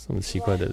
什么奇怪的？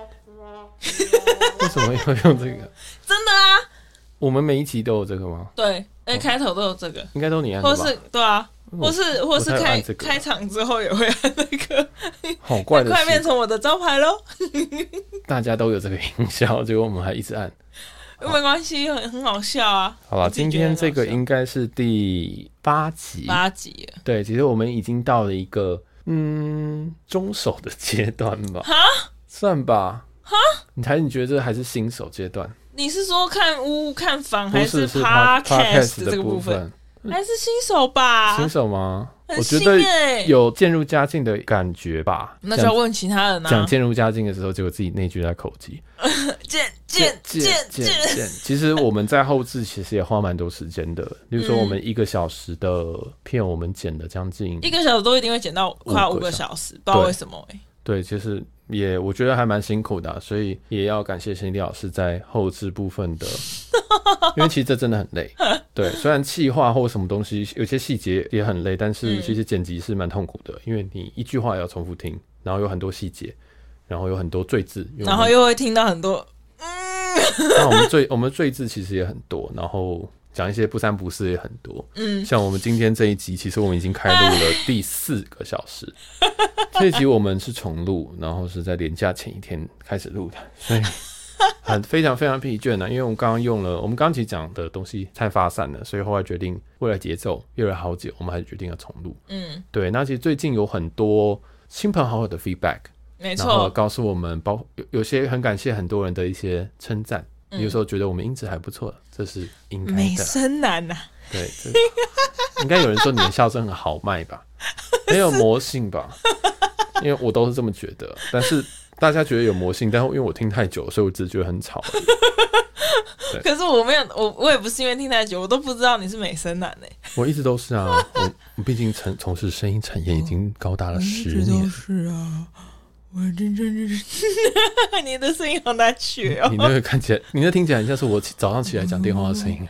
为什么要用这个？ 真的啊！ 我们每一集都有这个吗？ 对，开头都有这个， 应该都你按的吧？ 或是对啊，或是开场之后也会按那个， 好怪的， 快变成我的招牌咯。 大家都有这个音效，结果我们还一直按， 没关系，很好笑啊。 好了，今天这个应该是第8集 ，8集了。 对，其实我们已经到了一个中手的阶段吧？哈，算吧。哈，你觉得这还是新手阶段？你是说看屋看房还是 podcast 这个部分？还是新手吧？ 新手吗？我觉得有渐入佳境的感觉吧。 那就要问其他人啊。 讲渐入佳境的时候，结果自己那句在口技。渐。其实我们在后制其实也花蛮多时间的。例如说，我们1个小时的片，我们剪了将近 1个小时都一定会剪到快5个小时，不知道为什么对，其实我觉得还蛮辛苦的啊，所以也要感谢辛迪老师在后制部分的，因为其实这真的很累。对，虽然企划或什么东西有些细节也很累，但是其实剪辑是蛮痛苦的，因为你一句话也要重复听，然后有很多细节，然后有很多赘字， 然后又会听到很多那我们赘字其实也很多，然后讲一些不三不四也很多。像我们今天这一集，其实我们已经开录了第4个小时。这一集我们是重录，然后是在连假前一天开始录的，所以非常非常疲倦因为我们刚刚其实讲的东西太发散了，所以后来决定为了节奏越来好久，我们还是决定要重录。对，那其实最近有很多亲朋好友的 feedback， 没错， 然后告诉我们，有些很感谢很多人的一些称赞。有时候觉得我们音质还不错，这是应该的。 美声男啊， 对，应该有人说你的笑声很豪迈吧，很有魔性吧？因为我都是这么觉得，但是大家觉得有魔性，但因为我听太久，所以我只是觉得很吵而已。 可是我没有，我也不是因为听太久，我都不知道你是美声男我一直都是啊，我毕竟从事声音产业已经高达了10年。 都是啊。我真你的声音好难学哦！ 你那个看起来，你那听起来很像是我早上起来讲电话的声音。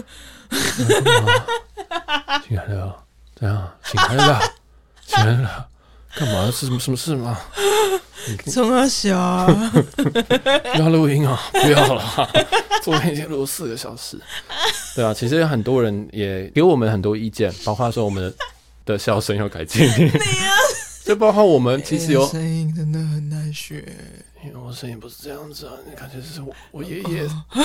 醒来了，怎样？醒来了，醒来了，干嘛？是什么事吗？ 从啊小啊， 要录音啊？不要了，昨天已经录4个小时。对啊，其实很多人也给我们很多意见，包括说我们的笑声要改进。你啊！就包括我们其实有声音真的很难学， 因为我声音不是这样子啊，你感觉是我爷爷，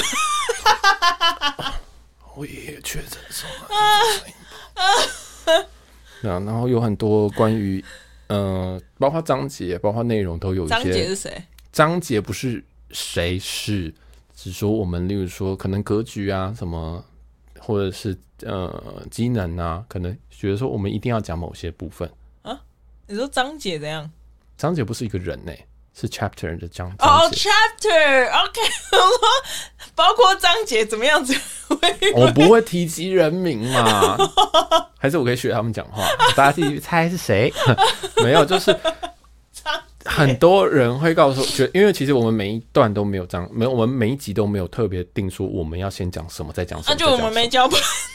我爷爷确诊什么？然后有很多关于包括章节，包括内容都有一些。 章节是谁？ 章节不是谁是，只说我们，例如说可能格局啊什么，或者是机能啊，可能觉得说我们一定要讲某些部分。 你说章节怎样？ 章节不是一个人是 chapter 的章节。 chapter OK 我说包括章节怎么样子我不会提及人名嘛还是我可以学他们讲话大家自己猜是谁没有，就是很多人会告诉我，因为其实我们每一段都没有我们每一集都没有特别定说我们要先讲什么再讲什么， 就我们没教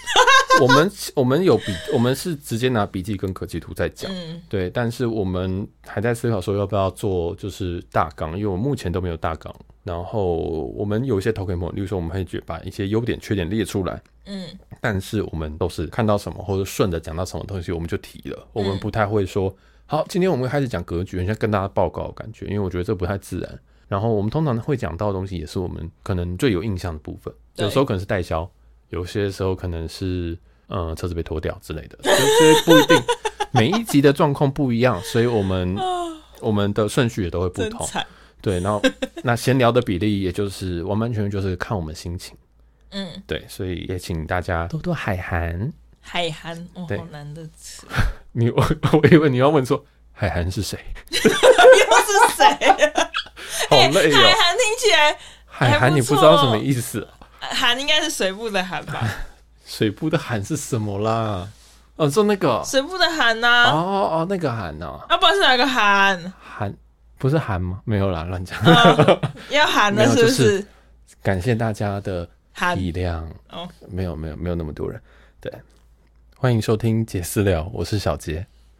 我们是直接拿笔记跟可记图在讲，对，但是我们还在思考说要不要做就是大纲，因为我目前都没有大纲，然后我们有一些 talking point， 例如说我们会把一些优点缺点列出来，但是我们都是看到什么或者顺着讲到什么东西我们就提了，我们不太会说好今天我们会开始讲格局，很像跟大家报告的感觉，因为我觉得这不太自然，然后我们通常会讲到的东西也是我们可能最有印象的部分，有时候可能是代销，有些时候可能是车子被拖掉之类的，所以不一定每一集的状况不一样，所以我们的顺序也都会不同。对，然后那闲聊的比例也就是完完全全就是看我们心情。对，所以也请大家多多海涵。 海涵，好难的词。 我以为你要问说海涵是谁？ 又是谁？ 好累哦。 海涵听起来海涵你不知道什么意思？ 涵应该是水部的涵吧？ 水部的涵是什么啦？说那个水部的涵啊。 哦，那个涵啊。 不然是哪个涵？ 涵不是涵吗？没有啦，乱讲。 要涵了是不是？ 感谢大家的体谅。没有那么多人。对，欢迎收听杰私聊，我是小杰。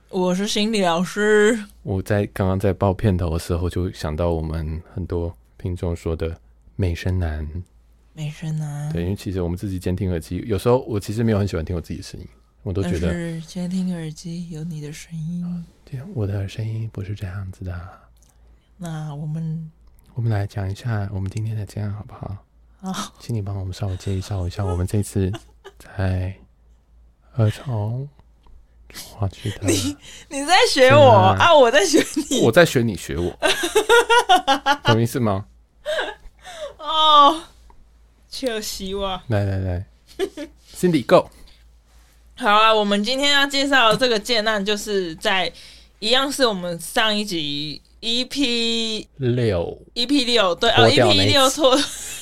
我是心理老师。 我刚刚在报片头的时候，就想到我们很多听众说的美声男。 美声男， 对，因为其实我们自己监听耳机，有时候我其实没有很喜欢听我自己的声音，我都觉得。 但是监听耳机有你的声音。 对，我的声音不是这样子的。 那我们来讲一下我们今天的这样好不好？ 好， 请你帮我们稍微介绍一下我们这次在从华区的。 你在学我啊？我在学你。 我在学你学我，懂意思吗？ 哦，就希望。 来，Cindy Go。 好啊，我们今天要介绍的这个建案，就是一样是我们上一集 EP6， 对哦 ，EP6 拖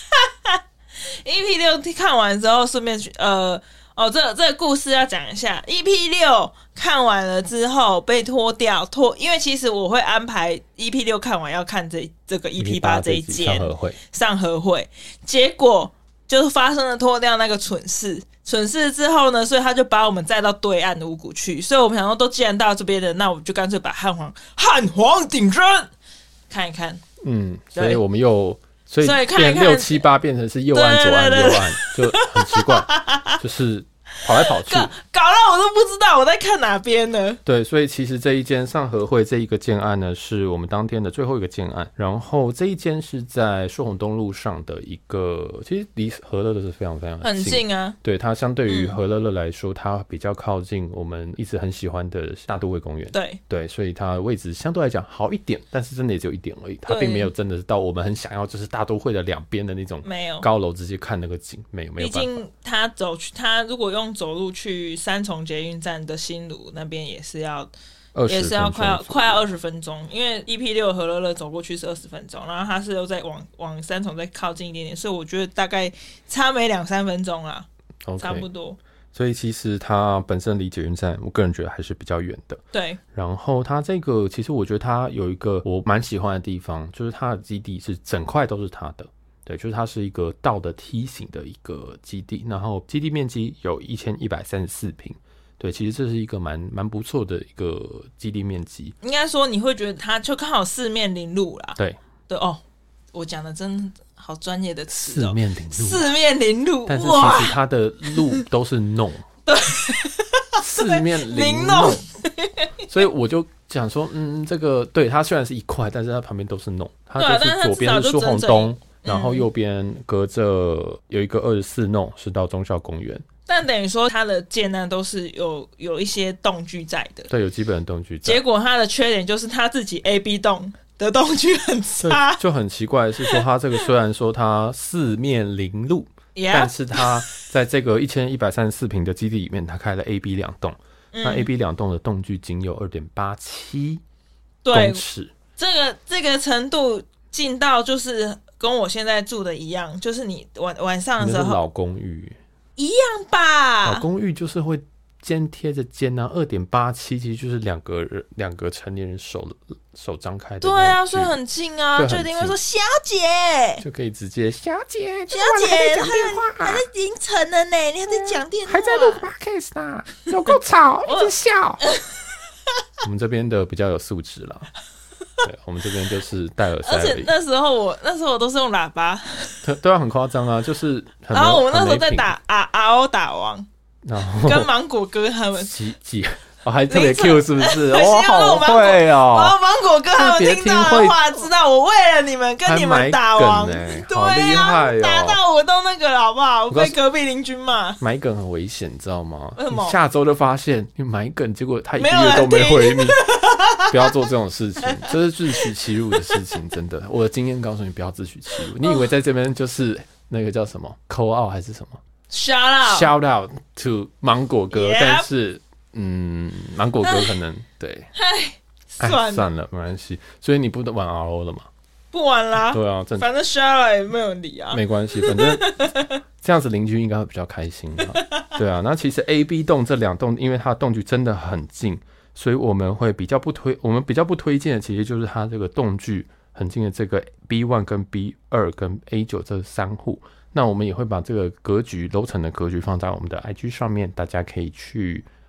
EP6 看完之后，顺便去这个故事要讲一下。EP6 看完了之后被拖掉，因为其实我会安排 EP6 看完要看这个 EP8 这一间上合会，结果就发生了拖掉那个蠢事之后呢，所以他就把我们载到对岸的五股去，所以我们想说都既然到这边了，那我们就干脆把汉皇顶针看一看。 所以我们所以变6、7、8变成是右岸、左岸、右岸，就很奇怪，就是跑来跑去， 搞到我都不知道我在看哪边呢。 对，所以其实这一间上合会这一个建案呢，是我们当天的最后一个建案。然后这一间是在硕洪东路上的一个，其实离和乐乐是非常非常很近啊。 对，它相对于和乐乐来说，它比较靠近我们一直很喜欢的大都会公园。对，所以它的位置相对来讲好一点，但是真的也只有一点而已。它并没有真的是到我们很想要，就是大都会的两边的那种高楼直接看那个景，没有办法。 毕竟它如果用走路去三重捷运站的新芦那边也是要快要20分钟，因为 EP6 和乐乐走过去是20分钟，然后它是又再往三重再靠近一点点，所以我觉得大概差没2-3分钟啦，差不多。 所以其实它本身离捷运站，我个人觉得还是比较远的。 对。然后它这个，其实我觉得它有一个我蛮喜欢的地方，就是它的基地是整块都是它的。对，就是它是一个倒的梯形的一个基地，然后基地面积有1134坪。对，其实这是一个蛮不错的一个基地面积。 应该说你会觉得它就刚好四面临路啦。 对哦，我讲的真好专业的词哦， 四面临路。但是其实它的路都是弄， 对， 四面临弄。所以我就讲说，这个对它虽然是一块，但是它旁边都是弄。它就是左边是硕洪东，然后右边隔着有一个24弄是到忠孝公园。 但等于说它的建案都是有一些动距在的， 对，有基本的动距在。 结果它的缺点就是它自己 A、B 栋的动距很差， 就很奇怪的是说，它这个虽然说它四面临路，但是它在这个1134坪的基地里面，它开了 A、B 两栋。那 A、B 两栋的动距仅有2.87公尺， 这个程度近到就是跟我现在住的一样，就是你晚上的时候， 你是老公寓一样吧？ 老公寓就是会肩贴着肩啊，2.87其实就是两个成年人手张开的。 对啊，所以很近啊，就一定会说小姐， 就可以直接小姐， 还在凌晨了呢，你还在讲电话， 还在录 podcast 啊，有够吵，一直笑。我们这边的比较有素质啦。对，我们这边就是戴耳塞而已。 而且那时候我都是用喇叭， 对啊，很夸张啊，就是然后我们那时候在打 RO 打王， 然后跟芒果哥他们还特别 Q 是不是？哇，好会哦！ 然后芒果哥他们听到的话，知道我为了你们跟你们打王， 好厉害哦！ 打到我都那个了，好不好？我被隔壁邻居骂。 买梗很危险，你知道吗？ 为什么？ 下周就发现你买梗，结果他1个月都没回你。不要做这种事情，这是自取其辱的事情，真的。我的经验告诉你，不要自取其辱。你以为在这边就是那个叫什么 call out 还是什么 shout out to 芒果哥，但是芒果哥可能对，算了，没关系。所以你不玩 RO 了吗？ 不玩啦。 对啊， 反正 shout out 也没有理啊， 没关系，反正这样子邻居应该会比较开心啊。对啊，那其实 A、B 栋这两栋，因为它的栋距真的很近。所以我们比较不推荐的，其实就是它这个栋距很近的这个 B1 跟 B2 跟 A9 这3户。那我们也会把这个格局楼层的格局放在我们的 IG 上面，大家可以去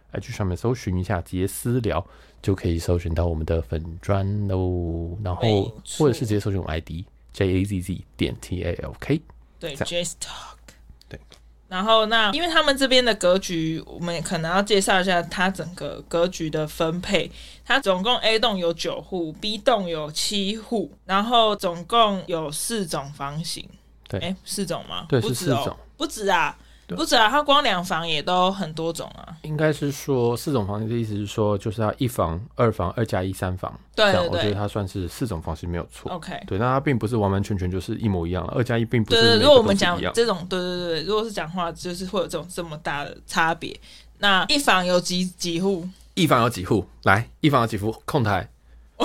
IG 上面搜寻一下杰私聊，就可以搜寻到我们的粉专咯，然后或者是直接搜寻我们 ID JAZZ.TALK。 对 ，Jazz Talk。 对。 然后因为他们这边的格局，我们可能要介绍一下它整个格局的分配。它总共 A 栋有9户 ，B 栋有7户，然后总共有4种房型。 对 ，4种吗？ 对， 不止是4种， 不止啊。不止啊，它光2房也都很多种啊。 应该是说4种房型的意思是说，就是要1房、2房、2+1、3房。 对对对， 我觉得它算是4种房型没有错。 OK， 对，那它并不是完完全全就是一模一样了，2+1并不是每个都是一样。 对，如果我们讲这种，对，如果是讲话，就是会有这么大的差别。那1房有几户？1 房有几户？来，1房有几户？控台。 刚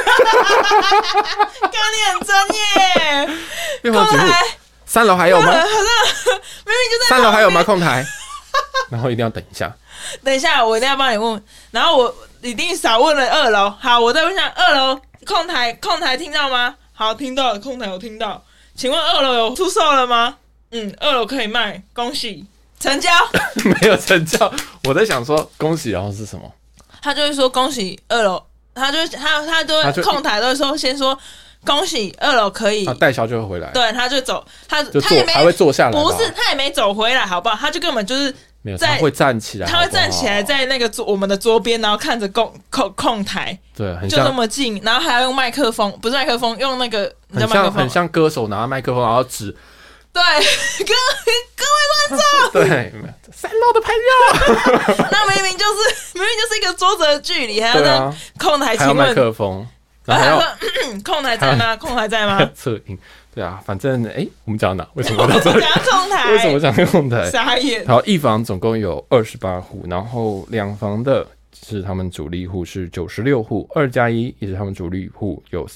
你很专业。 1房有几户？3楼还有吗？ 好像明明就在 3楼还有吗？控台。然后一定要等一下。 等一下，我一定要帮你问。然后我一定少问了2楼。好，我再问一下2楼控台听到吗？好，听到了，控台有听到。请问2楼有出售了吗？2楼可以卖，恭喜成交。 没有成交，我在想说恭喜，然后是什么？ 他就会说恭喜2楼，他就会控台都会说先说。恭喜2楼可以， 代销就会回来。 对，他就走，他也没还会坐下来， 不是他也没走回来，好不好？他就根本就是没有，他会站起来， 他会站起来在那个我们的桌边，然后看着控台， 对，很像就那么近，然后还要用麦克风，不是麦克风，用那个很像歌手拿麦克风然后指， 对，各位观众， 对，3楼的朋友， 那明明就是一个桌子的距离，还要让控台还有麦克风。然后还要控台在吗？控台在吗？ 测音，对啊，反正我们讲到哪？为什么到这里？ 讲控台？ 为什么讲控台？ 傻眼。 然后1房总共有28户，然后2房的是他们主力户是96户，2+1也是他们主力户有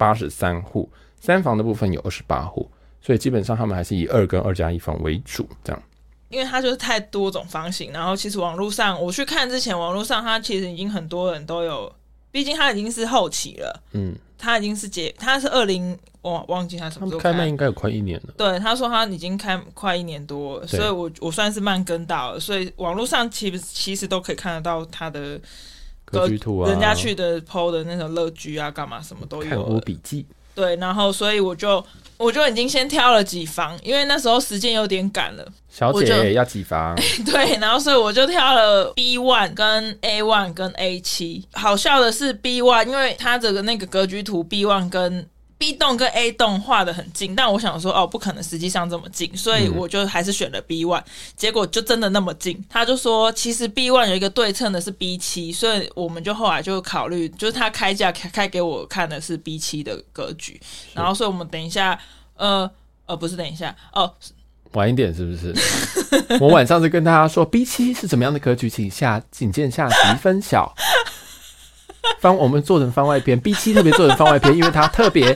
83户，3房的部分有28户，所以基本上他们还是以2跟2+1房为主，这样。 因为它就是太多种房型，然后其实网络上我去看之前，网络上它其实已经很多人都有。毕竟他已经是后期了，他已经是他是我忘记他什么时候开卖，应该有快1年了。 对，他说他已经开快1年多了，所以我算是慢跟到了，所以网络上其实都可以看得到他的格局图啊， 人家去的 PO 的那种乐居啊，干嘛什么都有。 看屋笔记。对， 然后所以我就已经先挑了几房，因为那时候时间有点赶了。 小姐要几房？ 对，然后所以我就挑了 B1 跟 A1 跟 A7。好笑的是 B1， 因为它这个那个格局图 B1 跟 B 栋跟 A 栋画得很近，但我想说不可能实际上这么近，所以我就还是选了 B1，结果就真的那么近。他就说其实 B1 有一个对称的是 B7，所以我们就后来就考虑，就是他开价开给我看的是 B7 的格局，然后所以我们等一下不是等一下晚一点是不是？我晚上是跟大家说 B7 是怎么样的格局，请见下集分晓。我们做成番外篇 ，B7 特别做成番外篇，因为它特别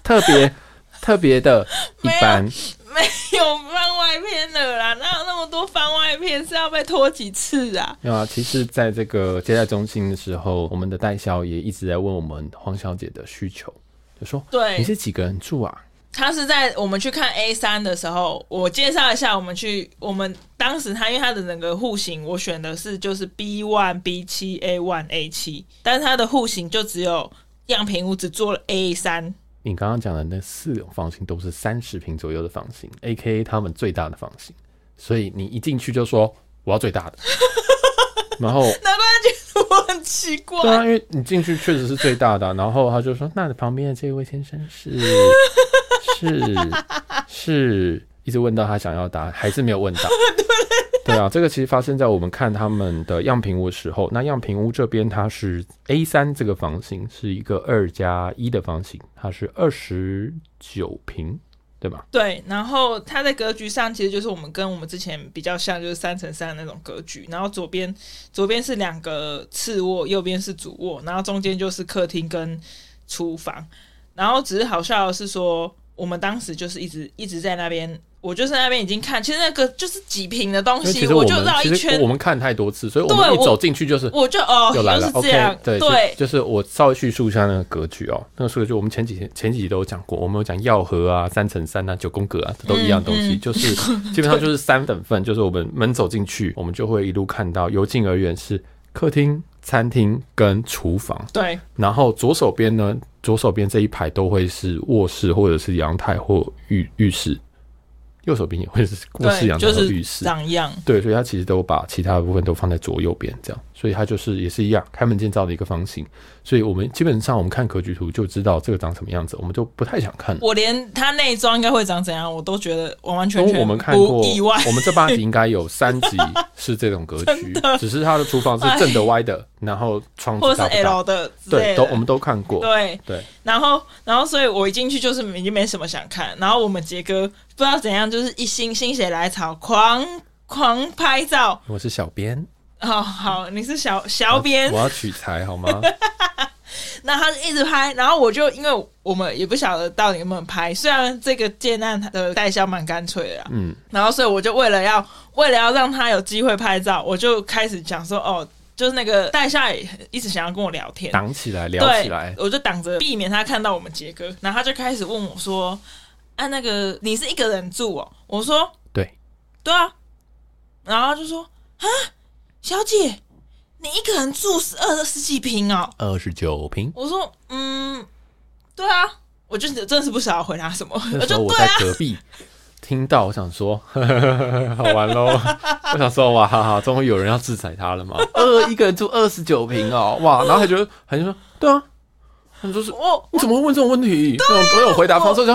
的一般。 没有番外篇的啦，哪有那么多番外篇？是要被拖几次啊？ 没有啊，其实在这个接待中心的时候，我们的代销也一直在问我们黄小姐的需求，就说：“对，你是几个人住啊？” 他是在我们去看 A3 的时候，我介绍一下，我们当时他因为他的整个户型，我选的是就是 B1、B7、A1、A7， 但是他的户型就只有样品屋只做了 A3。你刚刚讲的那4种房型都是30平左右的房型 ，AKA 他们最大的房型，所以你一进去就说我要最大的，然后难怪他觉得我很奇怪。 对啊，因为你进去确实是最大的，然后他就说那旁边的这位先生是一直问到他想要答案，还是没有问到。对啊，这个其实发生在我们看他们的样品屋的时候。那样品屋这边它是 A3 这个房型是一个2+1的房型，它是29平，对吧？ 对，然后它在格局上其实就是我们之前比较像，就是3×3的那种格局。然后左边是2个次卧，右边是主卧，然后中间就是客厅跟厨房。然后只是好笑的是说， 我们当时就是一直在那边。我就是在那边已经看，其实那个就是几瓶的东西，我就绕一圈。 我们看太多次，所以我们一走进去就是， 我就又来了。 OK， 对，就是我稍微叙述一下那个格局哦。那个格局我们前几集都有讲过，我们有讲曜河啊、3×3啊、9宫格啊，这都一样东西，就是基本上就是3等份，就是我们门走进去，我们就会一路看到由近而远是客厅、餐厅跟厨房。 对， 然后左手边这一排都会是卧室或者是阳台或浴室。右手边也会是卧室、阳台和浴室， 长一样。 对，所以它其实都把其他的部分都放在左右边，这样，所以它就是也是一样开门见灶的一个方形。所以我们基本上我们看格局图就知道这个长什么样子，我们就不太想看。 我连它内装应该会长怎样，我都觉得完完全全我们看过不意外。 我们这8集应该有3集是这种格局，只是它的厨房是正的、歪的，然后窗子大不大， 或者是 L 的之类的， 对，我们都看过。 对，然后，所以我一进去就是已经没什么想看。然后我们杰哥不知道怎样，就是一心血来潮，狂拍照。 我是小编。 哦，好，你是小编， 我要取材好吗？ 那他就一直拍，然后我就因为我们也不晓得到底有没有拍，虽然这个建案的代销蛮干脆的啦，然后所以我就为了要让他有机会拍照，我就开始讲说哦。就是那个代销也一直想要跟我聊天， 挡起来聊起来， 我就挡着避免他看到我们杰哥，然后他就开始问我说：“啊，那个你是一个人住哦？”我说：“对啊。”然后他就说：“啊，小姐，你一个人住十几坪哦 ？29坪。” 我说：“对啊。”我就真的是不晓得回答什么。 那时候我在隔壁。听到我想说好玩咯我想说哇哈哈，终于有人要制裁他了嘛一个人住29坪哦，哇，然后他就说对啊，他就说你怎么会问这种问题？那种回答方式就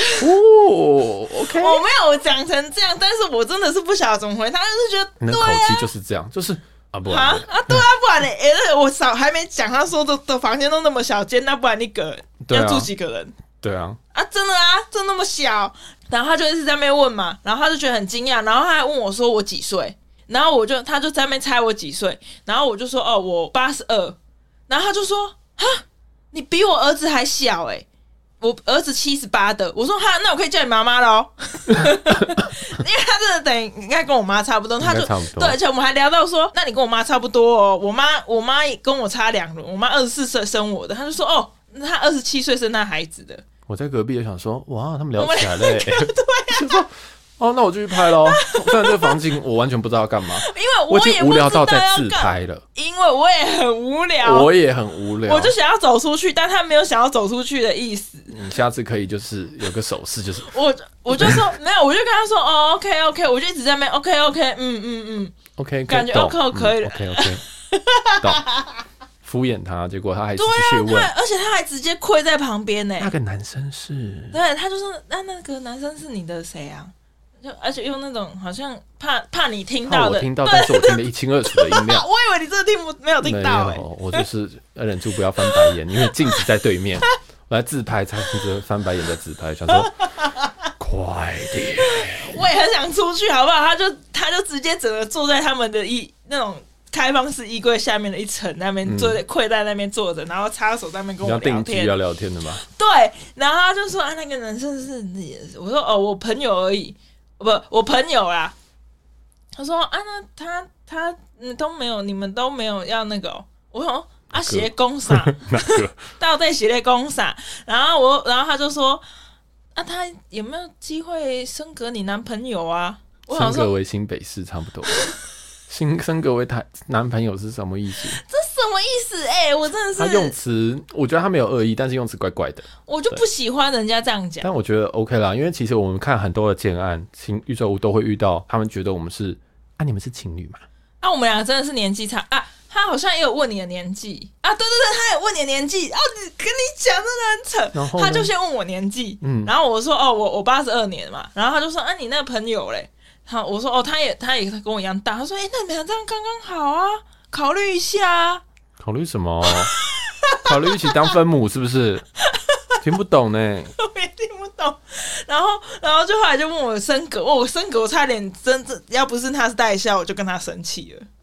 OK， 我没有讲成这样，但是我真的是不晓得怎么回，他就是觉得你的口气就是这样，就是不然对啊，不然我还没讲，他说的房间都那么小间，那不然你要住几个人？ 对啊， 真的啊，真那么小。然后他就一直在那边问嘛，然后他就觉得很惊讶，然后他还问我说我几岁，然后他就在那边猜我几岁，然后我就说我82，然后他就说哈，你比我儿子还小我儿子78的，我说哈，那我可以叫你妈妈咯因为他真的等于应该跟我妈差不多，他就对，而且我们还聊到说，那你跟我妈差不多哦，我妈也跟我差2轮，我妈24岁生我的，他就说他27岁生他孩子的。 我在隔壁也想说，哇，他们聊起来了对啊， 就说那我就去拍咯。虽然这个房景我完全不知道要干嘛， 因为我已经无聊到在自拍了， 因为我也很无聊，我就想要走出去，但他没有想要走出去的意思。 你下次可以就是有个手势，就是我就说没有，我就跟他说OK， 我就一直在那边 OK， OK， 感觉 OK 可以了 ，OK， 懂。敷衍他，结果他还继续问， 而且他还直接跪在旁边呢。 那个男生是， 对，他就说那个男生是你的谁啊？而且用那种好像怕你听到的， 我听到，但是我听得一清二楚的音量。 我以为你真的没有听到， 我就是忍住不要翻白眼，因为镜子在对面，我在自拍，才听着翻白眼在自拍，想说快点。 我也很想出去，好不好？他就直接整个坐在他们的那种。开放式衣柜下面的一层，那边跪在那边坐着，然后插手在那边跟我聊天。 定期要聊天的吗？ 对，然后他就说那个男生是你，我说我朋友而已，我朋友啦。他说那他都没有，你们都没有要那个我说写公啥？到底写的公啥？然后他就说他有没有机会升格你男朋友啊？我想说升格为新北市差不多。升格为男朋友是什么意思？ 这什么意思？我真的是他用词，我觉得他没有恶意，但是用词怪怪的。 我就不喜欢人家这样讲。 但我觉得 OK 啦，因为其实我们看很多的建案、预售屋都会遇到，他们觉得我们是你们是情侣嘛？ 我们两个真的是年纪差他好像也有问你的年纪对，他有问你的年纪你跟你讲真的很扯。他就先问我年纪，然后我说我82年嘛，然后他就说你那个朋友嘞？我说他也跟我一样大。他说那你们俩这样刚刚好啊，考虑一下啊。 考虑什么？考虑一起当分母是不是？听不懂呢。 我也听不懂。然后就后来就问我升格，我升格我差点真要不是他是代销，我就跟他生气了。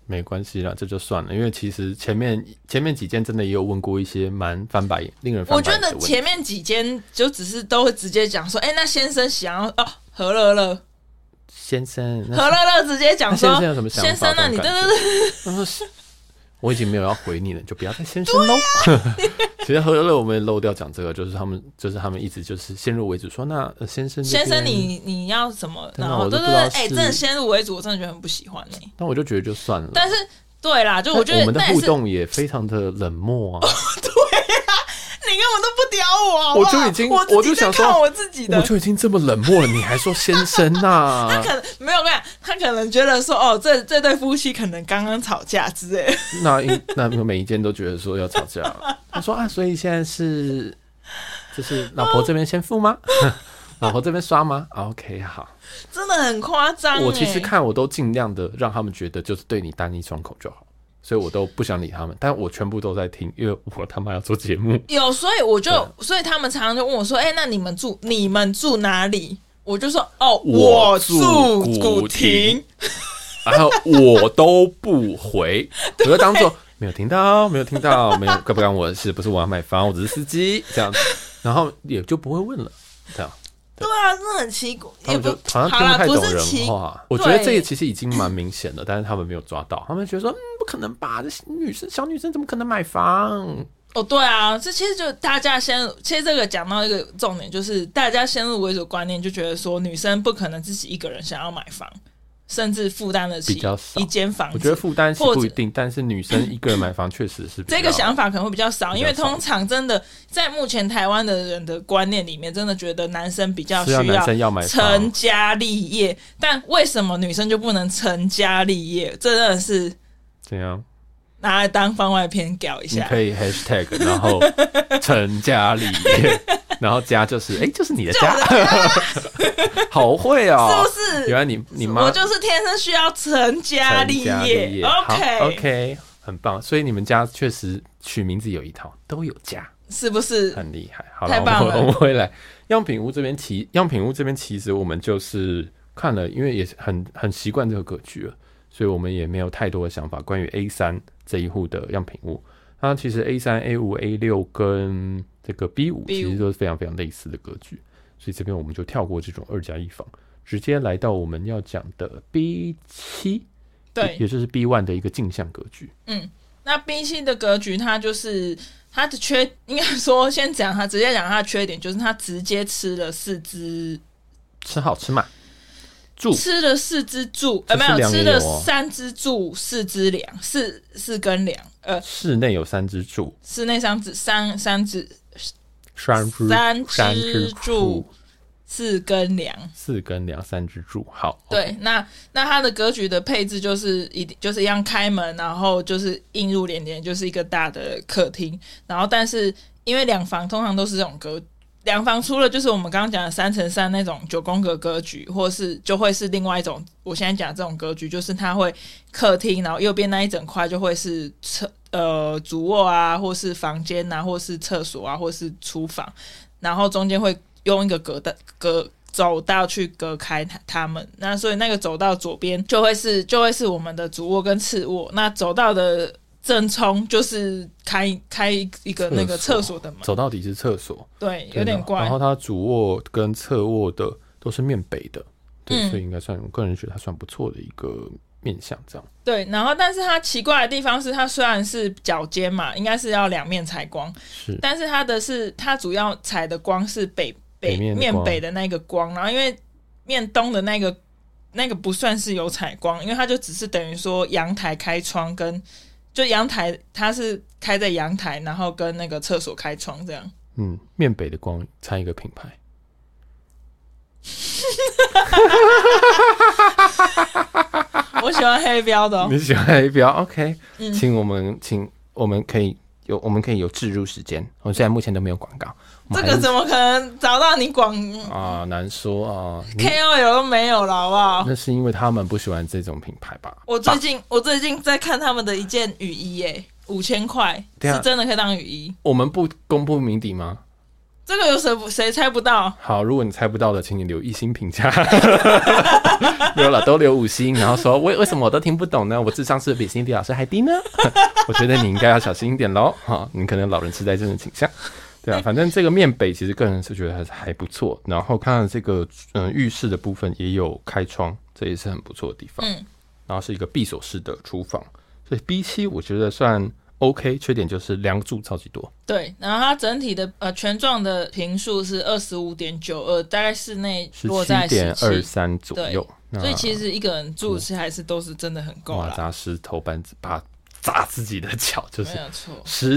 没关系啦，这就算了，因为其实前面几间真的也有问过一些蛮令人翻白眼的问题。 我觉得前面几间就只是都会直接讲说，那先生想要何乐乐。 先生， 何乐乐直接讲说， 先生有什么想法？ 先生啊，你对， 我已经没有要回你了，你就不要再先生喽。其实何乐乐我们漏掉讲这个，就是他们一直就是先入为主说，那先生你要什么？然后对，真的先入为主，我真的觉得很不喜欢那我就觉得就算了。 但是对啦，就我觉得我们的互动也非常的冷漠啊。 对啊，你根本都不屌我好不好， 我就想说我自己的， 我就已经这么冷漠了，你还说先生啊？ 他可能没有，他可能觉得说，这对夫妻可能刚刚吵架之类的。 那每一间都觉得说要吵架了。他说所以现在就是老婆这边先付吗？老婆这边刷吗 ？OK， 好， 真的很夸张。 我其实看我都尽量的让他们觉得就是对你单一双口就好。所以我都不想理他们，但我全部都在听，因为我他妈要做节目。 所以他们常常就问我说：“那你们住哪里？”我就说：“我住古亭。” 然后我都不回，我就当做没有听到，没有关不关我的事，不是我要买房，我只是司机这样子，然后也就不会问了，这样。 对啊，真的很奇怪， 也不好像听不太懂人话。我觉得这个其实已经蛮明显的，但是他们没有抓到，他们觉得说，不可能吧，这小女生怎么可能买房？ 对啊，这其实就大家其实这个讲到一个重点，就是大家先入为主观念，就觉得说女生不可能自己一个人想要买房。甚至负担得起一间房子， 我觉得负担是不一定，但是女生一个人买房确实是这个想法可能会比较少，因为通常真的在目前台湾的人的观念里面，真的觉得男生比较需要成家立业，但为什么女生就不能成家立业？这真的是怎样？ 拿来当番外篇搞一下， 你可以 hashtag 然后成家立业，然后家就是就是你的家，好会哦， 是不是？ 原来你妈我就是天生需要成家立业 OK， 很棒。所以你们家确实取名字有一套，都有家， 是不是很厉害？好了， 太棒了。 我们回来样品屋这边，其实我们就是看了，因为也很习惯这个格局了。所以我们也没有太多的想法关于 A3 这一户的样品屋。那其实 A3、A5、A6 跟这个 B5 其实都是非常非常类似的格局，所以这边我们就跳过这种2+1房，直接来到我们要讲的 B7， 对， 也就是 B1 的一个镜像格局。 那 B7 的格局，它就是它的应该说先讲它，直接讲它的缺点，就是它直接吃了4只， 吃好吃满。 吃了4只柱，没有吃了3只柱，4只梁，4根梁。 室内有3只柱， 室内3只柱，4根梁 ，3只柱。好， 对， okay， 那它的格局的配置就是一样开门，然后就是映入帘帘，就是一个大的客厅。然后，但是因为两房通常都是这种格局。两房除了就是我们刚刚讲的3×3那种9宫格格局，或是就会是另外一种，我现在讲这种格局，就是它会客厅，然后右边那一整块就会是主卧啊，或是房间啊，或是厕所啊，或是厨房，然后中间会用一个走道去隔开它们。那所以那个走道左边就会是我们的主卧跟次卧，那走道的正冲就是开一个那个厕所的门， 走到底是厕所， 对，有点怪。 然后它主卧跟侧卧的都是面北的，对，所以应该算，我个人觉得它算不错的一个面向，这样。对， 然后但是它奇怪的地方是，它虽然是角间嘛，应该是要2面采光， 是， 但是它主要采的光是面北的那个光，然后因为面东的那个不算是有采光，因为它就只是等于说阳台开窗跟。就阳台，它是开在阳台，然后跟那个厕所开窗这样。 面北的光猜一个品牌。 我喜欢黑标的你喜欢黑标 ？OK，请我们可以有置入时间。我现在目前都没有广告。 这个怎么可能找到你广啊？难说啊 ，KOL 都没有了，好不好？ 那是因为他们不喜欢这种品牌吧？ 我最近在看他们的一件雨衣，5000块是真的可以当雨衣。 我们不公布名底吗？ 这个有谁猜不到？ 好，如果你猜不到的，请你留1星评价。没有了，都留5星，然后说为什么我都听不懂呢？我智商是比Cindy老师还低呢？我觉得你应该要小心一点咯。你可能有老人痴呆症的倾向。对啊，反正这个面北其实个人是觉得还不错，然后看这个浴室的部分也有开窗，这也是很不错的地方。然后是一个闭锁式的厨房，所以 B7 我觉得算 OK， 缺点就是梁柱超级多。 对，然后它整体的全幢的坪数是 25.92， 大概室内落在 17.23 左右， 所以其实一个人住还是都是真的很够啦。 砸石头板子把砸自己的脚，就是没有错。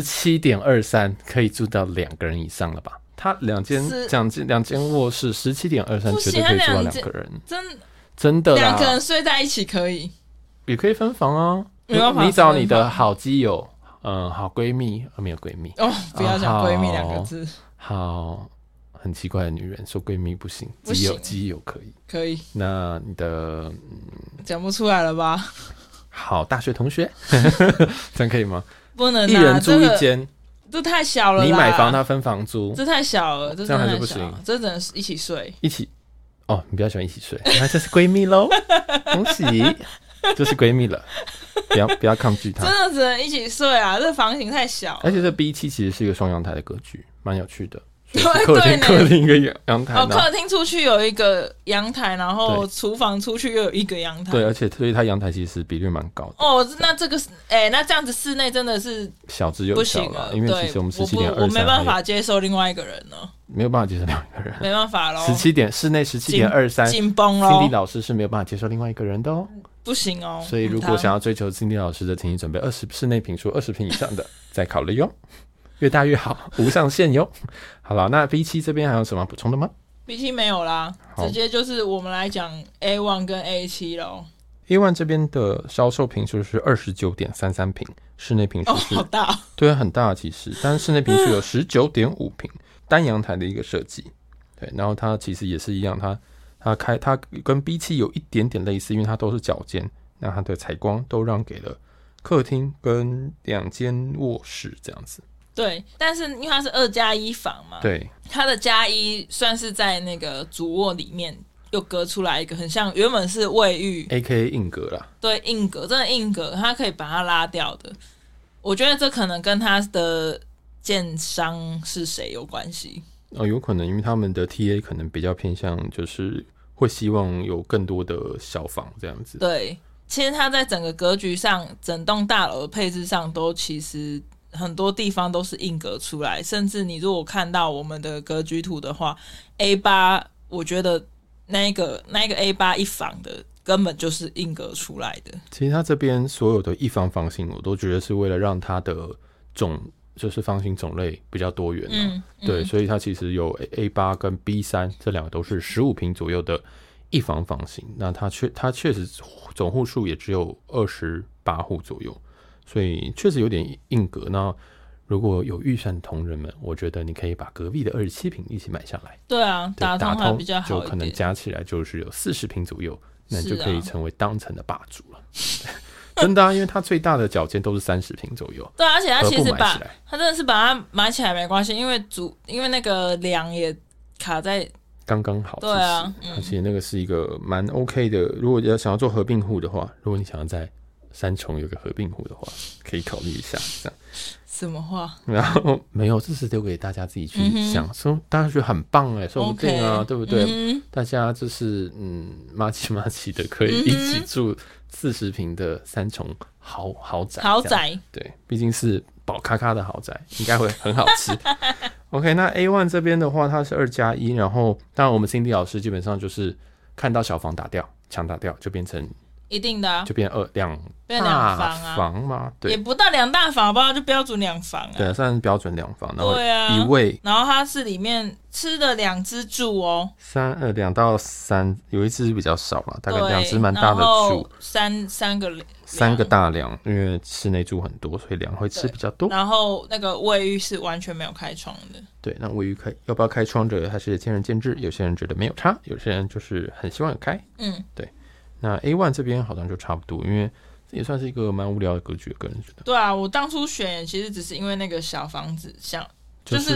17.23 可以住到2个人以上了吧？他两间卧室17.23绝对可以住到2个人，真的啦， 2个人睡在一起可以， 也可以分房啊。你找你的好基友，好闺蜜，没有闺蜜哦，不要讲闺蜜2个字。 好，很奇怪的女人说闺蜜不行，基友可以。那你的讲不出来了吧？ 好，大学同学，这样可以吗？ 不能， 一人住一间， 这太小了啦。 你买房，他分房租， 这太小了，这样还是不行。 这只能一起睡， 你比较喜欢一起睡，那这是闺蜜咯。恭喜，就是闺蜜了。不要抗拒它， 真的只能一起睡啊！这房型太小了， 而且这 B7 其实是一个双阳台的格局，蛮有趣的。 对， 客厅一个阳台， 客厅出去有一个阳台，然后厨房出去又有一个阳台。 对，而且所以它阳台其实比率蛮高的。 哦，那这个那这样子室内真的是小之又小了，因为其实我们17.23， 我没办法接受另外一个人呢， 没有办法接受另外一个人， 没办法咯。 室内17.23， 紧绷咯。 Cindy 老师是没有办法接受另外一个人的哦。 不行哦， 所以如果想要追求Cindy老师的，请你准备室内坪数20坪以上的，再考虑哟，越大越好，无上限哟。好了，那 B7 这边还有什么补充的吗？ B7 没有啦，直接就是我们来讲 A1 跟 A7 咯。 A1 这边的销售坪数是 29.33 坪，室内坪数是好大， 对，很大其实，但是室内坪数有 19.5 坪，单阳台的一个设计。对，然后它其实也是一样，它跟 B7 有一点点类似，因为它都是角间，那它的采光都让给了客厅跟2间卧室这样子。 对，但是因为它是2+1房嘛， 对， 它的+1算是在那个主卧里面又隔出来一个，很像原本是卫浴 ，AKA 硬格啦。 对，硬格，真的硬格，它可以把它拉掉的。我觉得这可能跟它的建商是谁有关系。 有可能，因为他们的 TA 可能比较偏向，就是会希望有更多的小房这样子。 对，其实它在整个格局上，整栋大楼的配置上，都其实很多地方都是硬格出来。甚至你如果看到我们的格局图的话 ，A8， 我觉得那个 A8 一房的根本就是硬格出来的。 其实它这边所有的一房房型，我都觉得是为了让它的就是房型种类比较多元对，所以它其实有 A8 跟 B3 这2个都是15坪左右的一房房型，那它确实总户数也只有28户左右，所以确实有点硬格。那如果有预算同仁们，我觉得你可以把隔壁的27坪一起买下来。 对啊，打通还比较好一点， 就可能加起来就是有40坪左右，那你就可以成为当层的霸主了。真的因为它最大的角间都是30坪左右。 对，而且它其实它真的是把它买起来没关系，因为那个梁也卡在刚刚好。 对啊， 而且那个是一个蛮 OK 的。如果想要做合并户的话，如果你想要在3重有个合并户的话，可以考虑一下这样。 什么话？ 然后没有，这是留给大家自己去想，说大家觉得很棒说不定啊，对不对？大家就是麻吉的可以一起住40坪的3重豪宅，对，毕竟是宝咖咖的豪宅，应该会很好吃。OK， 那 A1 这边的话，它是2+1，然后当然我们 Cindy 老师基本上就是看到小房打掉，墙打掉就变成。 一定的就变2大房嘛，对， 也不到2大房，好不好？就标准2房啊。 对，算是标准2房，然后一卫， 然后它是里面吃的2只柱哦 ，2到3，有一只比较少了，大概2只蛮大的柱，三个大梁，因为室内住很多，所以梁会吃比较多。 然后那个卫浴是完全没有开窗的。 对，那卫浴要不要开窗这还是见仁见智，有些人觉得没有差，有些人就是很希望有开。对。那 A1 这边好像就差不多，因为这也算是一个蛮无聊的格局，个人觉得。 对啊，我当初选其实只是因为那个小房子，就是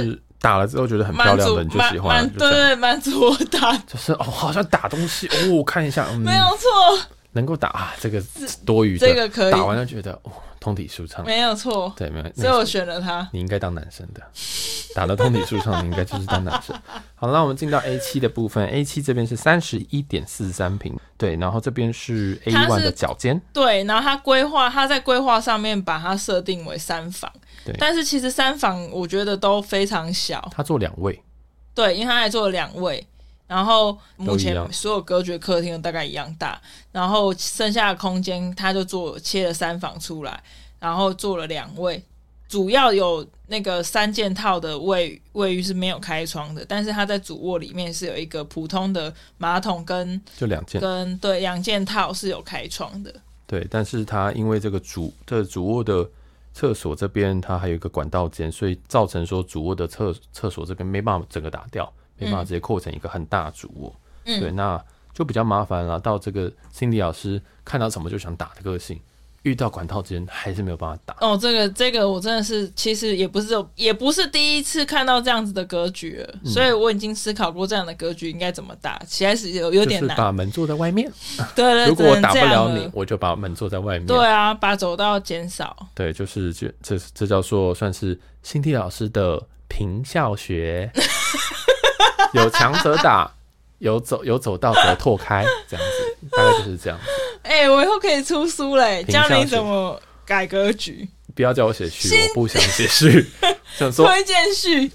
打了之后觉得很漂亮的你就喜欢， 对，满足我打， 就是好像打东西看一下， 没有错， 能够打这个多余的， 这个可以打完就觉得通体舒畅， 没有错， 对，没有， 所以我选了他。 你应该当男生的，打到通体舒畅，你应该就是当男生。好，那我们进到 A7 的部分 ，A7 这边是31.43坪，对，然后这边是 A1 的脚尖， 对，然后他在规划上面把它设定为3房，对，但是其实3房我觉得都非常小， 他做2位， 对，因为他还做了2位。然后目前所有隔绝客厅都大概一样大，然后剩下的空间他就切了3房出来，然后做了2位，主要有那个3件套的卫浴是没有开窗的，但是它在主卧里面是有一个普通的马桶跟就2件， 跟对2件套是有开窗的， 对，但是它因为这个主卧的厕所这边它还有一个管道间，所以造成说主卧的厕所这边没办法整个打掉。没办法直接扩成一个很大的主卧，对，那就比较麻烦了。到这个 Cindy 老师看到什么就想打的个性，遇到管道间还是没有办法打。 这个我真的是，其实也不是第一次看到这样子的格局了，所以我已经思考过这样的格局应该怎么打，其实有点难。 就是把门做在外面， 对， 如果我打不了你，我就把门做在外面。 对啊，把走道减少。 对，就是这叫做算是 Cindy 老师的平效学。有强则打，有走道则拓开，这样子，大概就是这样子。 我以后可以出书嘞，教你怎么改格局。 不要叫我写序，我不想写序。想说推荐序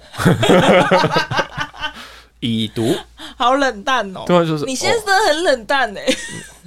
已读， 好冷淡哦。 对，就是你先生很冷淡哎。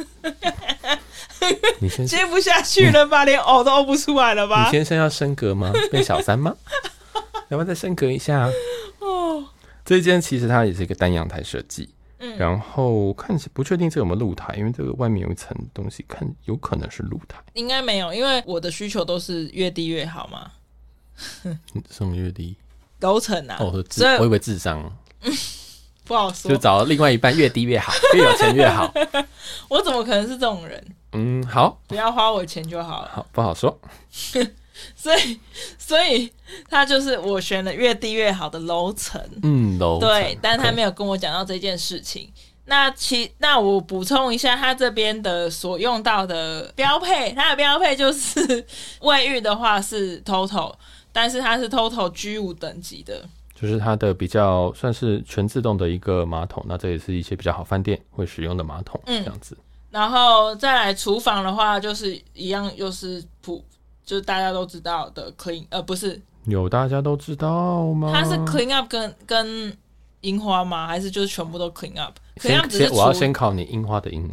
你先接不下去了吧？连都呕不出来了吧？ 你先生要升格吗？变小三吗？要不要再升格一下？这一间其实它也是一个单阳台设计，然后看起不确定这有没有露台，因为这个外面有一层东西，看有可能是露台， 应该没有，因为我的需求都是越低越好嘛。 什么越低？ 楼层啊！ 我以为智商， 不好说， 就找另外一半越低越好，越有钱越好。 我怎么可能是这种人？ 好， 不要花我钱就好了。 好，不好说。 所以他就是我选了越低越好的楼层， 楼层对，但他没有跟我讲到这件事情。那我补充一下，他这边的所用到的标配，它的标配就是卫浴的话是 Total， 但是它是 Total G5 等级的， 就是它的比较算是全自动的一个马桶，那这也是一些比较好饭店会使用的马桶，这样子。 然后再来厨房的话，就是一样，又是就是大家都知道的 clean， 不是有大家都知道吗？ 它是 clean up 跟樱花吗？还是就是全部都 clean up？clean up 只是我要先考你樱花的英文。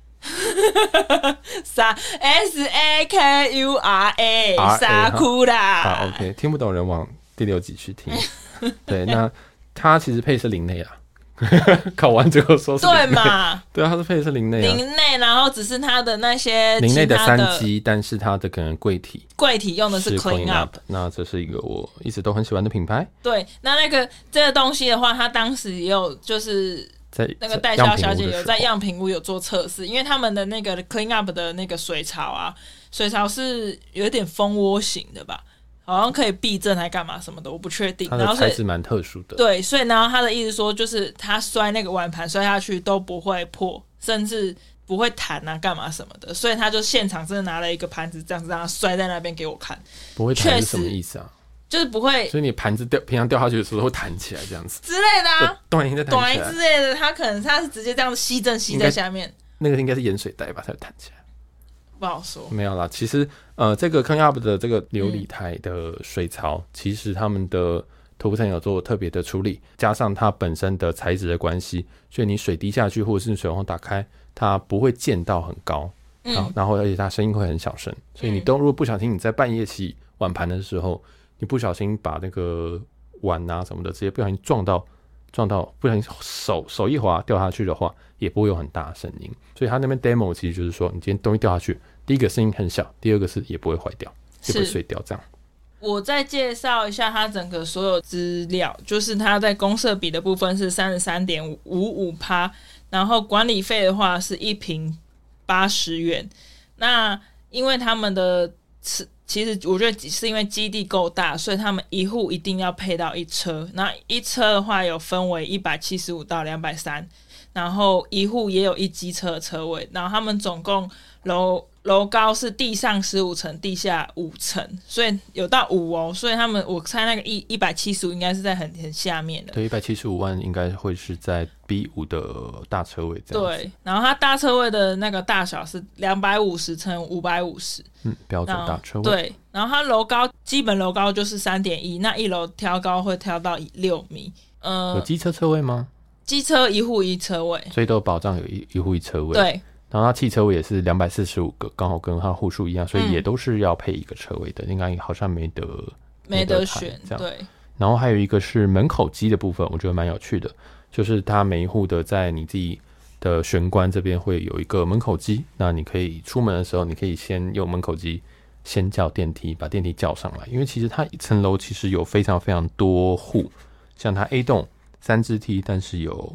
SAKURA 萨库拉。 好 ，OK， 听不懂人往第6集去听。对，那它其实配是林内啦。考完之后说是对嘛？ 对啊，它是配的是林内， 然后只是它的那些林内的3机，但是它的可能柜体用的是 Clean Up。 那这是一个我一直都很喜欢的品牌。 对，那这个东西的话，它当时也有就是在那个代销小姐有在样品屋有做测试，因为他们的那个 Clean Up 的那个水槽是有点蜂窝型的吧。好像可以避震还干嘛什么的，我不确定。 它的材质蛮特殊的， 对，所以然后他的意思说，就是他摔那个碗盘摔下去都不会破，甚至不会弹啊干嘛什么的，所以他就现场真的拿了一个盘子这样子让他摔在那边给我看。 不会弹是什么意思啊？ 就是不会， 所以你盘子平常掉下去的时候会弹起来这样子之类的啊， 短音之类的，他可能他是直接这样吸震吸在下面， 那个应该是盐水袋吧才会弹起来。 不好说， 没有啦。其实，这个 Clean Up 的这个琉璃台的水槽，其实他们的涂层有做特别的处理，加上它本身的材质的关系，所以你水滴下去或者是水龙头打开，它不会溅到很高，然后而且它声音会很小声，所以你如果不小心你在半夜洗碗盘的时候，你不小心把那个碗啊什么的直接不小心撞到，不小心手一滑掉下去的话，也不会有很大的声音。所以他那边 demo 其实就是说，你今天东西掉下去，第一个声音很小，第二个是也不会坏掉，也不会碎掉这样。 我再介绍一下它整个所有资料，就是它在公设比的部分是 33.55%， 然后管理费的话是1坪80元。那因为他们的其实我觉得是因为基地够大，所以他们一户一定要配到一车。那一车的话有分为175到230，然后一户也有一机车的车位。然后他们总共楼高是地上15层，地下5层，所以有到5哦。所以他们我猜那个175应该是在很下面的。 对，175万应该会是在 B5 的大车位这样子。 对，然后它大车位的那个大小是250乘550， 标准大车位。 对，然后它楼高基本楼高就是 3.1， 那一楼挑高会挑到6米。 有机车车位吗？ 机车一户一车位， 所以都有保障有一户一车位。 对。 然后它汽车位也是245个，刚好跟它户数一样，所以也都是要配一个车位的，应该好像没得选。 这样。 对。 然后还有一个是门口机的部分，我觉得蛮有趣的，就是它每一户的在你自己的玄关这边会有一个门口机，那你可以出门的时候，你可以先用门口机先叫电梯，把电梯叫上来，因为其实它一层楼其实有非常非常多户，像它 A 栋3只梯，但是有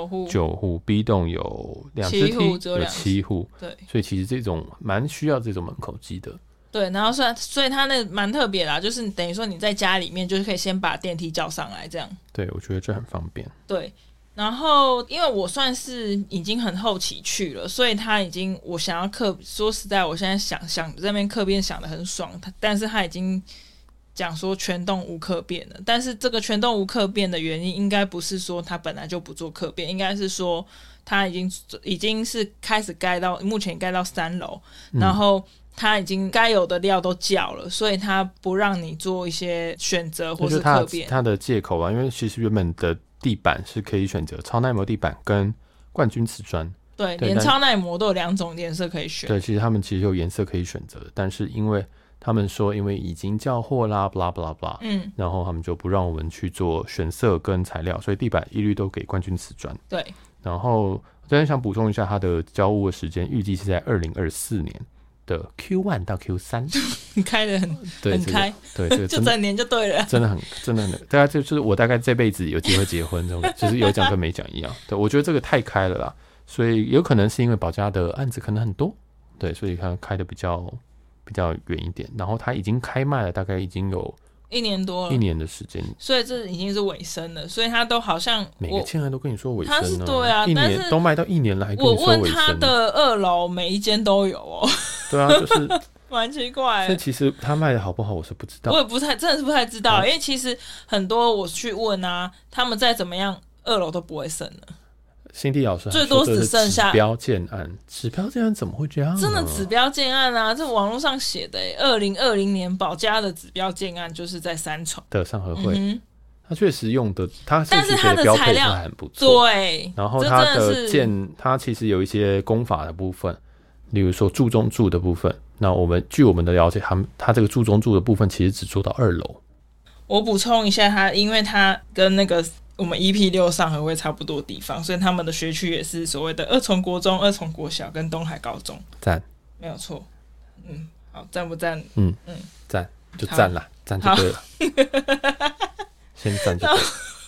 9户 ，B 栋有2只梯，有7户， 对， 所以其实这种蛮需要这种门口机的。 对，然后所以它那蛮特别啦，就是等于说你在家里面就是可以先把电梯叫上来这样。 对，我觉得这很方便。 对，然后因为我算是已经很后期去了，所以他已经我想要说实在，我现在想这边客变想得很爽，但是他已经讲说全栋无客变了。但是这个全栋无客变的原因，应该不是说他本来就不做客变，应该是说他已经是开始目前盖到3楼，然后他已经该有的料都叫了，所以他不让你做一些选择或是客变。 他的借口啊，因为其实原本的地板是可以选择超耐磨地板跟冠军瓷砖， 对，连超耐磨都有2种颜色可以选。 对，其实他们其实有颜色可以选择，但是因为他们说因为已经叫货啦 blah blah blah， 然后他们就不让我们去做选色跟材料，所以地板一律都给冠军瓷砖。 对， 然后我这边想补充一下，它的交屋的时间预计是在2024年的 Q1 到 Q3， 你开得很开， 对，这个就整年就对了， 真的很，大概就是我大概这辈子有机会结婚这种，就是有奖跟没奖一样。对，我觉得这个太开了啦，所以有可能是因为保家的案子可能很多，对，所以它开的比较远一点，然后它已经开卖了，大概已经有 1年多了 ，1年的时间， 所以这已经是尾声了，所以他都好像每个签案都跟你说尾声他是对啊， 一年都卖到1年了，还跟你说尾声。 我问他的2楼每一间都有哦， 对啊，就是蛮奇怪的。 所以其实他卖的好不好，我是不知道， 我也真的是不太知道，因为其实很多我去问啊，他们再怎么样2楼都不会剩了。 辛蒂老师最多只剩下指标建案，指标建案怎么会这样呢？ 真的指标建案啊，这网络上写的，2020年保家的指标建案就是在3重的上合会，他确实用的， 但是他的材料很不错， 对， 然后他的他其实有一些工法的部分，例如说柱中柱的部分，那据我们的了解，他这个柱中柱的部分其实只做到2楼。 我补充一下，因为他跟那个我们 EP6 上合会差不多地方，所以他们的学区也是所谓的2重国中、2重国小跟东海高中。 赞，没有错。好，赞不赞？ 赞就赞啦，赞就对了。先赞就对了。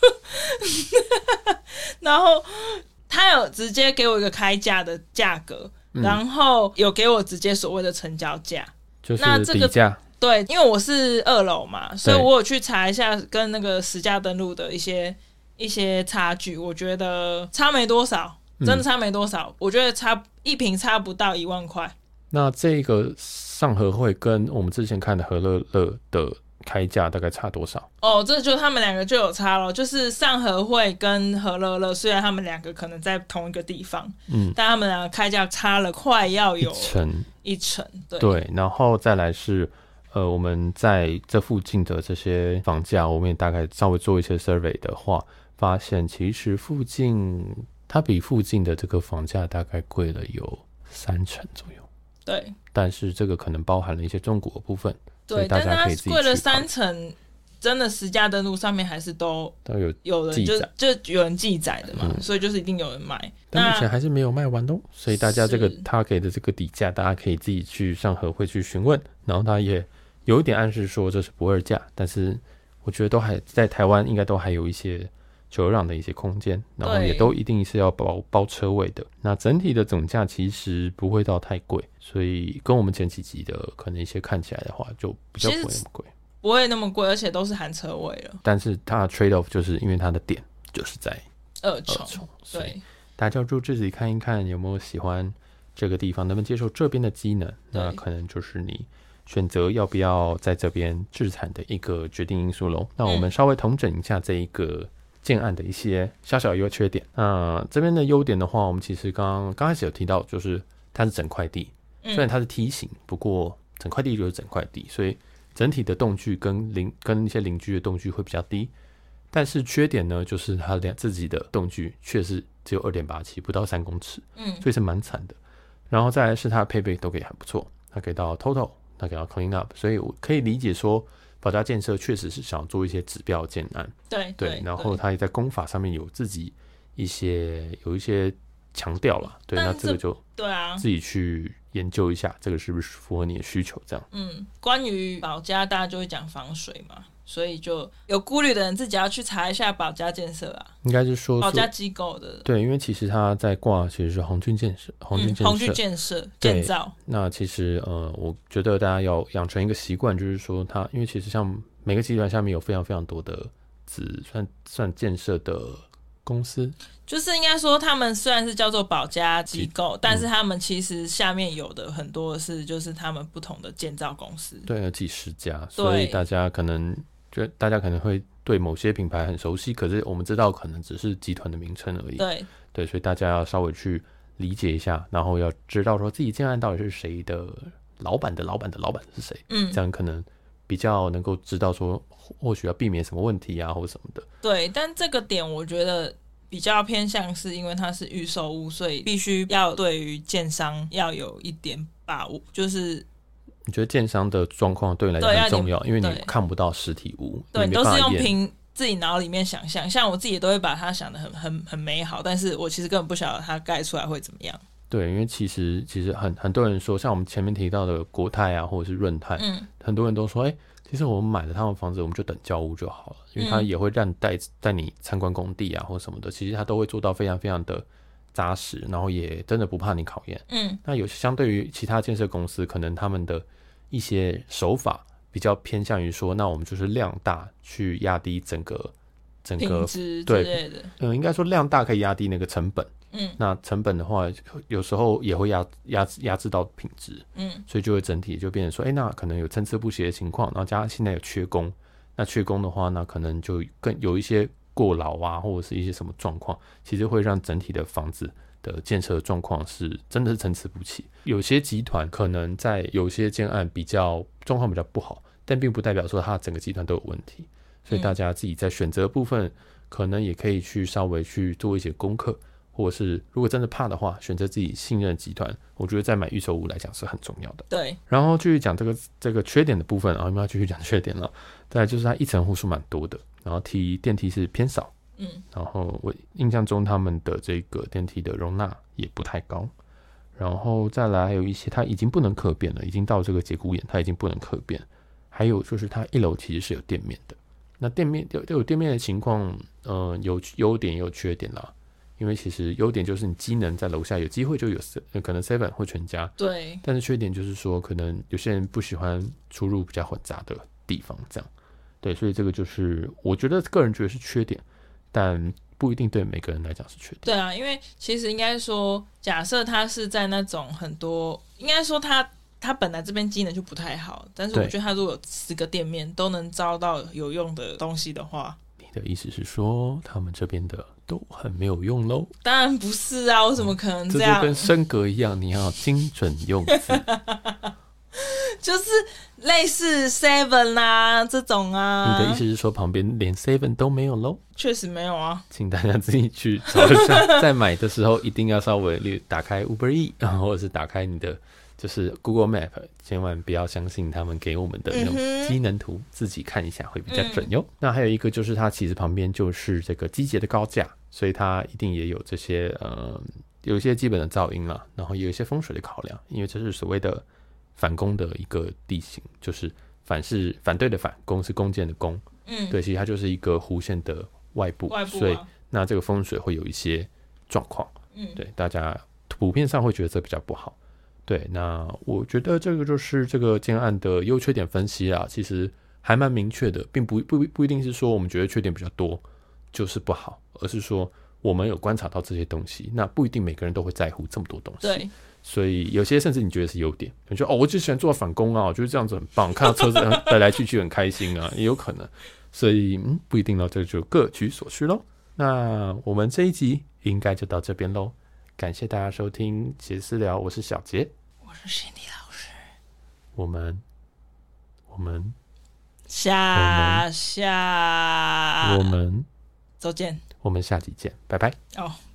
然后他有直接给我一个开价的价格，然后有给我直接所谓的成交价， 就是底价。 对，因为我是2楼嘛，所以我有去查一下跟那个实价登录的一些差距，我觉得差没多少，真的差没多少，我觉得一坪差不到1万块。 那这个上合会跟我们之前看的和乐乐的开价大概差多少？ 这就他们2个就有差了，就是上合会跟和乐乐，虽然他们2个可能在同一个地方，但他们2个开价差了快要有一成， 对，然后再来是。我们在这附近的这些房价，我们也大概稍微做一些 survey 的话，发现其实它比附近的这个房价大概贵了有3成左右。 对， 但是这个可能包含了一些中国的部分，所以大家可以自己去贵了3成，真的实价登录上面还是都有人就有人记载的嘛，所以就是一定有人买。 但目前还是没有卖完的，所以大家他给的这个底价，大家可以自己去上合会去询问，然后他也有一点暗示说这是不二价，但是我觉得都还在台湾应该都还有一些球让的一些空间，然后也都一定是要包车位的。那整体的总价其实不会到太贵，所以跟我们前几集的可能一些看起来的话，就比较不会那么贵， 不会那么贵，而且都是含车位了。 但是它的 trade off 就是因为它的点就是在二重， 对，大家就自己看一看有没有喜欢这个地方，能不能接受这边的机能，那可能就是你选择要不要在这边置产的一个决定因素咯。那我们稍微统整一下这一个建案的一些小小优缺点。这边的优点的话，我们其实刚开始有提到，就是它是整块地，虽然它是梯形，不过整块地就是整块地，所以整体的动距跟一些邻居的动距会比较低。但是缺点呢，就是它自己的动距确实只有 2.87， 不到3公尺，所以是蛮惨的。然后再来是它的配备都给还不错，它给到 total， 它给到 clean up， 所以我可以理解说保家建设确实是想做一些指标建案，对，然后他也在工法上面有自己有一些强调了，对，那这个就自己去研究一下，这个是不是符合你的需求，这样。 关于保家，大家就会讲防水嘛，所以就有顾虑的人自己要去查一下保家建设啊， 应该是说保家机构的， 对，因为其实他在挂其实是红军建设建造。那其实我觉得大家要养成一个习惯，就是说它因为其实像每个集团下面有非常非常多的算建设的公司， 就是应该说他们虽然是叫做保家机构，但是他们其实下面有的很多是就是他们不同的建造公司， 对，有几十家，所以大家可能会对某些品牌很熟悉，可是我们知道可能只是集团的名称而已，对，所以大家要稍微去理解一下，然后要知道说自己建案到底是谁的老板的老板的老板是谁，这样可能比较能够知道说或许要避免什么问题啊或什么的。 对，但这个点我觉得比较偏向是因为它是预售屋，所以必须要对于建商要有一点把握，就是你觉得建商的状况对你来讲很重要，因为你看不到实体屋， 对，你都是用凭自己脑里面想象，像我自己都会把它想得很美好，但是我其实根本不晓得它盖出来会怎么样。 对，因为其实很多人说，像我们前面提到的国泰啊，或者是润泰，很多人都说，其实我们买了他们房子，我们就等交屋就好了，因为他也会让带你参观工地啊或什么的，其实他都会做到非常非常的扎实，然后也真的不怕你考验。那有相对于其他建设公司，可能他们的一些手法比较偏向于说，那我们就是量大去压低整个品质之类的。 应该说量大可以压低那个成本。那成本的话，有时候也会压制到品质。所以就会整体就变成说，那可能有参差不齐的情况，然后加上现在有缺工，那缺工的话，那可能就更有一些过劳啊，或者是一些什么状况，其实会让整体的房子的建设状况是真的是参差不齐。有些集团可能在有些建案状况比较不好，但并不代表说它整个集团都有问题，所以大家自己在选择部分可能也可以去稍微去做一些功课，或者是如果真的怕的话，选择自己信任的集团，我觉得在买预售屋来讲是很重要的。 对， 然后继续讲这个缺点的部分，然后我们要继续讲缺点了。再来就是它一层户数蛮多的，然后电梯是偏少，然后我印象中他们的这个电梯的容纳也不太高，然后再来还有一些它已经不能客变了，已经到这个节骨眼，它已经不能客变。还有就是它1楼其实是有店面的，那店面有店面的情况，有优点也有缺点啦。因为其实优点就是你机能在楼下有机会就有可能 7 或全家， 对。 但是缺点就是说，可能有些人不喜欢出入比较混杂的地方，这样。对，所以这个就是我个人觉得是缺点，但不一定对每个人来讲是缺点。 对啊，因为其实应该说，假设他是在那种很多，应该说他本来这边机能就不太好，但是我觉得他如果有10个店面都能招到有用的东西的话， 你的意思是说他们这边的都很没有用咯？ 当然不是啊，我怎么可能这样？ 这就跟升格一样，你要精准用字。 就是类似 Seven 啊这种啊。 你的意思是说旁边连 Seven 都没有咯？ 确实没有啊， 请大家自己去找一下。在买的时候一定要稍微打开 Uber Eats， 或者是打开你的就是 Google Map， 千万不要相信他们给我们的那种机能图，自己看一下会比较准哟。那还有一个就是它其实旁边就是这个机捷的高架，所以它一定也有这些有一些基本的噪音啦，然后也有一些风水的考量，因为这是所谓的反弓的一个地形，就是反是反对的反，弓是弓箭的弓。对，其实它就是一个弧线的外部， 啊、 所以那这个风水会有一些状况。对，大家普遍上会觉得这比较不好。对，那我觉得这个就是这个建案的优缺点分析啦，其实还蛮明确的，并不一定是说我们觉得缺点比较多就是不好，而是说我们有观察到这些东西，那不一定每个人都会在乎这么多东西。 对， 所以有些甚至你觉得是优点，你觉得我就喜欢做反攻啊，我觉得这样子很棒，看到车子来来去去很开心啊，也有可能。所以不一定咯，这就各取所需咯。那我们这一集应该就到这边咯，感谢大家收听杰私聊，我是小杰， 我是心理老师， 我们下周见， 我们下集见，拜拜。 哦。